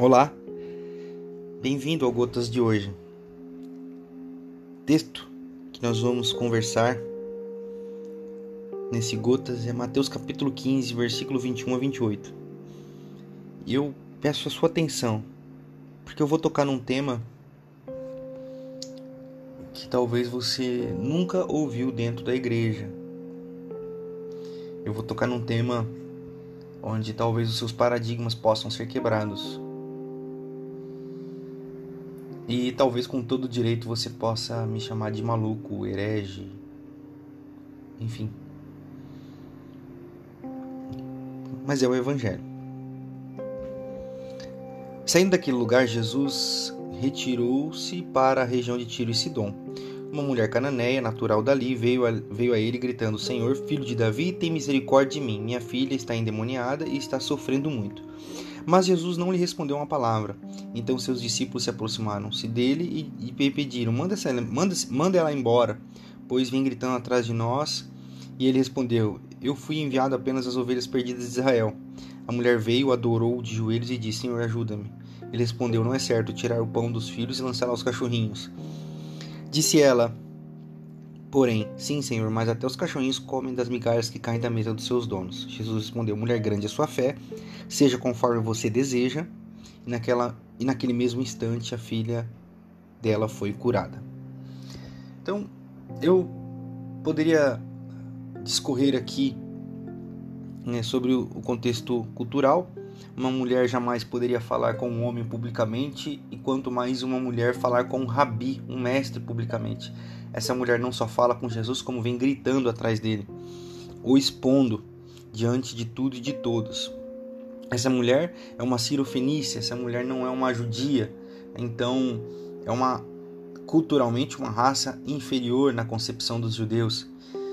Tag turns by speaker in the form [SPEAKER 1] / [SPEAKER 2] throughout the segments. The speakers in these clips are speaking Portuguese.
[SPEAKER 1] Olá, bem-vindo ao Gotas de hoje. O texto que nós vamos conversar nesse Gotas é Mateus capítulo 15, versículo 21 a 28. E eu peço a sua atenção, porque eu vou tocar num tema que talvez você nunca ouviu dentro da igreja. Eu vou tocar num tema onde talvez os seus paradigmas possam ser quebrados. E talvez com todo direito você possa me chamar de maluco, herege, enfim. Mas é o Evangelho. Saindo daquele lugar, Jesus retirou-se para a região de Tiro e Sidom. Uma mulher cananeia, natural dali, veio a ele gritando: Senhor, filho de Davi, tem misericórdia de mim. Minha filha está endemoniada e está sofrendo muito. Mas Jesus não lhe respondeu uma palavra. Então seus discípulos se aproximaram-se dele e pediram: manda ela embora, pois vem gritando atrás de nós. E ele respondeu: Eu fui enviado apenas às ovelhas perdidas de Israel. A mulher veio, adorou de joelhos e disse: Senhor, ajuda-me. Ele respondeu: Não é certo tirar o pão dos filhos e lançá-lo aos cachorrinhos. Disse ela, porém: Sim, Senhor, mas até os cachorrinhos comem das migalhas que caem da mesa dos seus donos. Jesus respondeu: Mulher, grande é a sua fé, seja conforme você deseja. E naquele mesmo instante a filha dela foi curada. Então, eu poderia discorrer aqui, sobre o contexto cultural. Uma mulher jamais poderia falar com um homem publicamente, e quanto mais uma mulher falar com um rabi, um mestre, publicamente. Essa mulher não só fala com Jesus, como vem gritando atrás dele, ou expondo diante de tudo e de todos. Essa mulher é uma cirofenícia, essa mulher não é uma judia, então é culturalmente uma raça inferior na concepção dos judeus.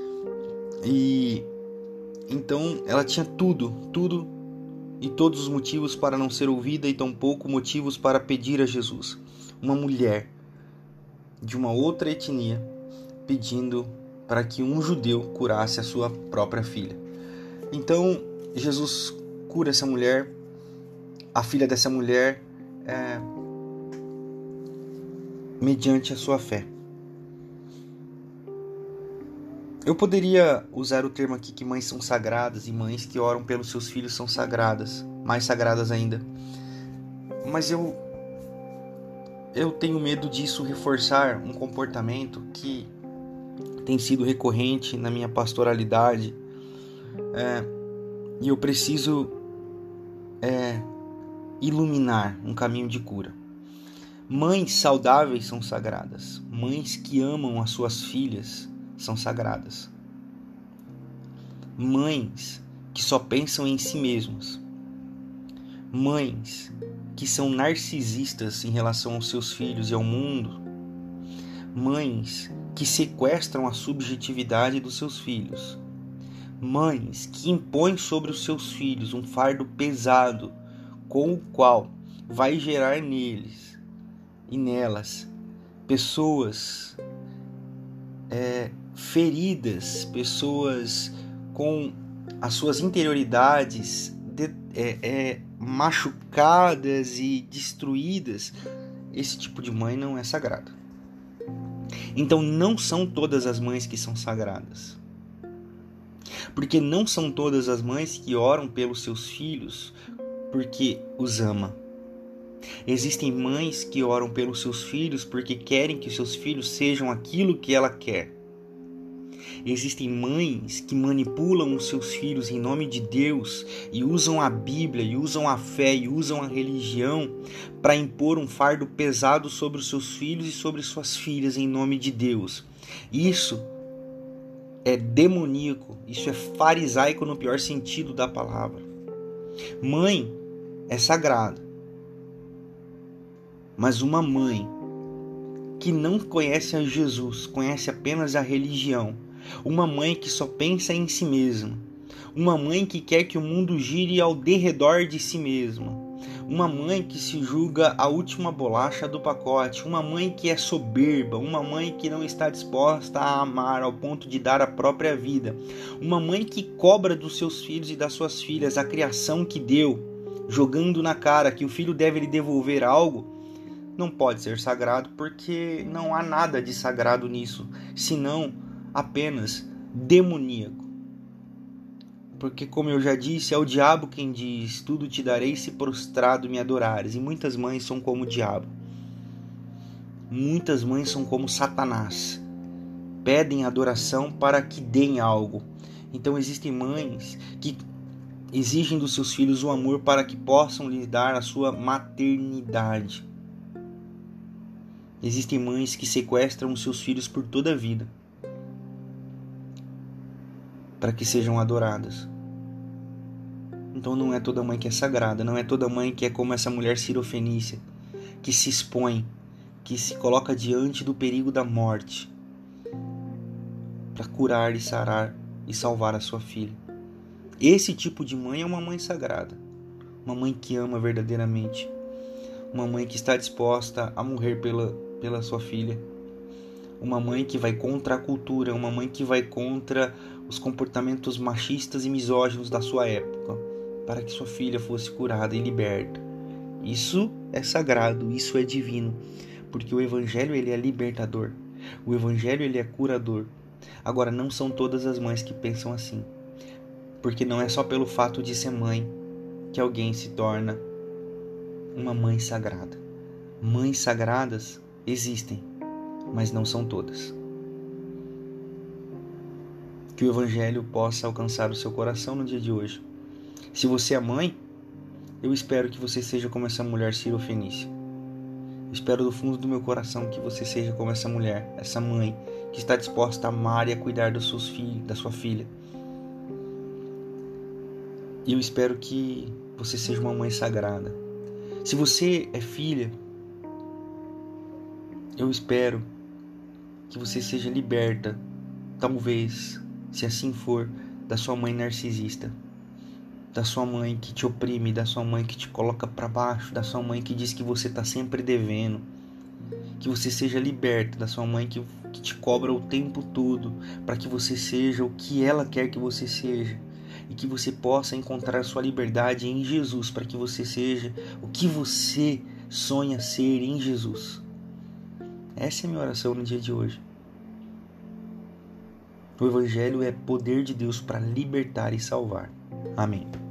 [SPEAKER 1] E então ela tinha tudo e todos os motivos para não ser ouvida e tampouco motivos para pedir a Jesus. Uma mulher de uma outra etnia pedindo para que um judeu curasse a sua própria filha. Então Jesus cura essa mulher, a filha dessa mulher, mediante a sua fé. Eu poderia usar o termo aqui que mães são sagradas e mães que oram pelos seus filhos são sagradas, mais sagradas ainda. Mas eu tenho medo disso reforçar um comportamento que tem sido recorrente na minha pastoralidade, e eu preciso iluminar um caminho de cura. Mães saudáveis são sagradas, mães que amam as suas filhas são sagradas. Mães que só pensam em si mesmas. Mães que são narcisistas em relação aos seus filhos e ao mundo. Mães que sequestram a subjetividade dos seus filhos. Mães que impõem sobre os seus filhos um fardo pesado, com o qual vai gerar neles e nelas pessoas feridas, pessoas com as suas interioridades machucadas e destruídas. Esse tipo de mãe não é sagrada. Então não são todas as mães que são sagradas, porque não são todas as mães que oram pelos seus filhos porque os ama. Existem mães que oram pelos seus filhos porque querem que seus filhos sejam aquilo que ela quer. Existem mães que manipulam os seus filhos em nome de Deus e usam a Bíblia, e usam a fé, e usam a religião para impor um fardo pesado sobre os seus filhos e sobre suas filhas em nome de Deus. Isso é demoníaco, isso é farisaico no pior sentido da palavra. Mãe é sagrada, mas uma mãe que não conhece a Jesus, conhece apenas a religião, uma mãe que só pensa em si mesma, uma mãe que quer que o mundo gire ao derredor de si mesma, uma mãe que se julga a última bolacha do pacote, uma mãe que é soberba, uma mãe que não está disposta a amar ao ponto de dar a própria vida, uma mãe que cobra dos seus filhos e das suas filhas a criação que deu, jogando na cara que o filho deve lhe devolver algo, não pode ser sagrado, porque não há nada de sagrado nisso, senão apenas demoníaco. Porque, como eu já disse, é o diabo quem diz: tudo te darei se prostrado me adorares. E muitas mães são como o diabo. Muitas mães são como Satanás. Pedem adoração para que deem algo. Então existem mães que exigem dos seus filhos o amor para que possam lhe dar a sua maternidade. Existem mães que sequestram os seus filhos por toda a vida para que sejam adoradas. Então não é toda mãe que é sagrada, não é toda mãe que é como essa mulher cirofenícia, que se expõe, que se coloca diante do perigo da morte para curar e sarar e salvar a sua filha. Esse tipo de mãe é uma mãe sagrada, uma mãe que ama verdadeiramente, uma mãe que está disposta a morrer pela sua filha, uma mãe que vai contra a cultura, uma mãe que vai contra os comportamentos machistas e misóginos da sua época, para que sua filha fosse curada e liberta. Isso é sagrado, isso é divino, porque o Evangelho ele é libertador, o Evangelho ele é curador. Agora, não são todas as mães que pensam assim, porque não é só pelo fato de ser mãe que alguém se torna uma mãe sagrada. Mães sagradas existem, mas não são todas. Que o Evangelho possa alcançar o seu coração no dia de hoje. Se você é mãe, eu espero que você seja como essa mulher cirofenícia. Eu espero do fundo do meu coração que você seja como essa mulher, essa mãe, que está disposta a amar e a cuidar dos seus filhos, da sua filha. E eu espero que você seja uma mãe sagrada. Se você é filha, eu espero que você seja liberta, talvez, se assim for, da sua mãe narcisista, da sua mãe que te oprime, da sua mãe que te coloca para baixo, da sua mãe que diz que você está sempre devendo. Que você seja liberta da sua mãe que te cobra o tempo todo, para que você seja o que ela quer que você seja. E que você possa encontrar sua liberdade em Jesus, para que você seja o que você sonha ser em Jesus. Essa é a minha oração no dia de hoje. O Evangelho é poder de Deus para libertar e salvar. Amém.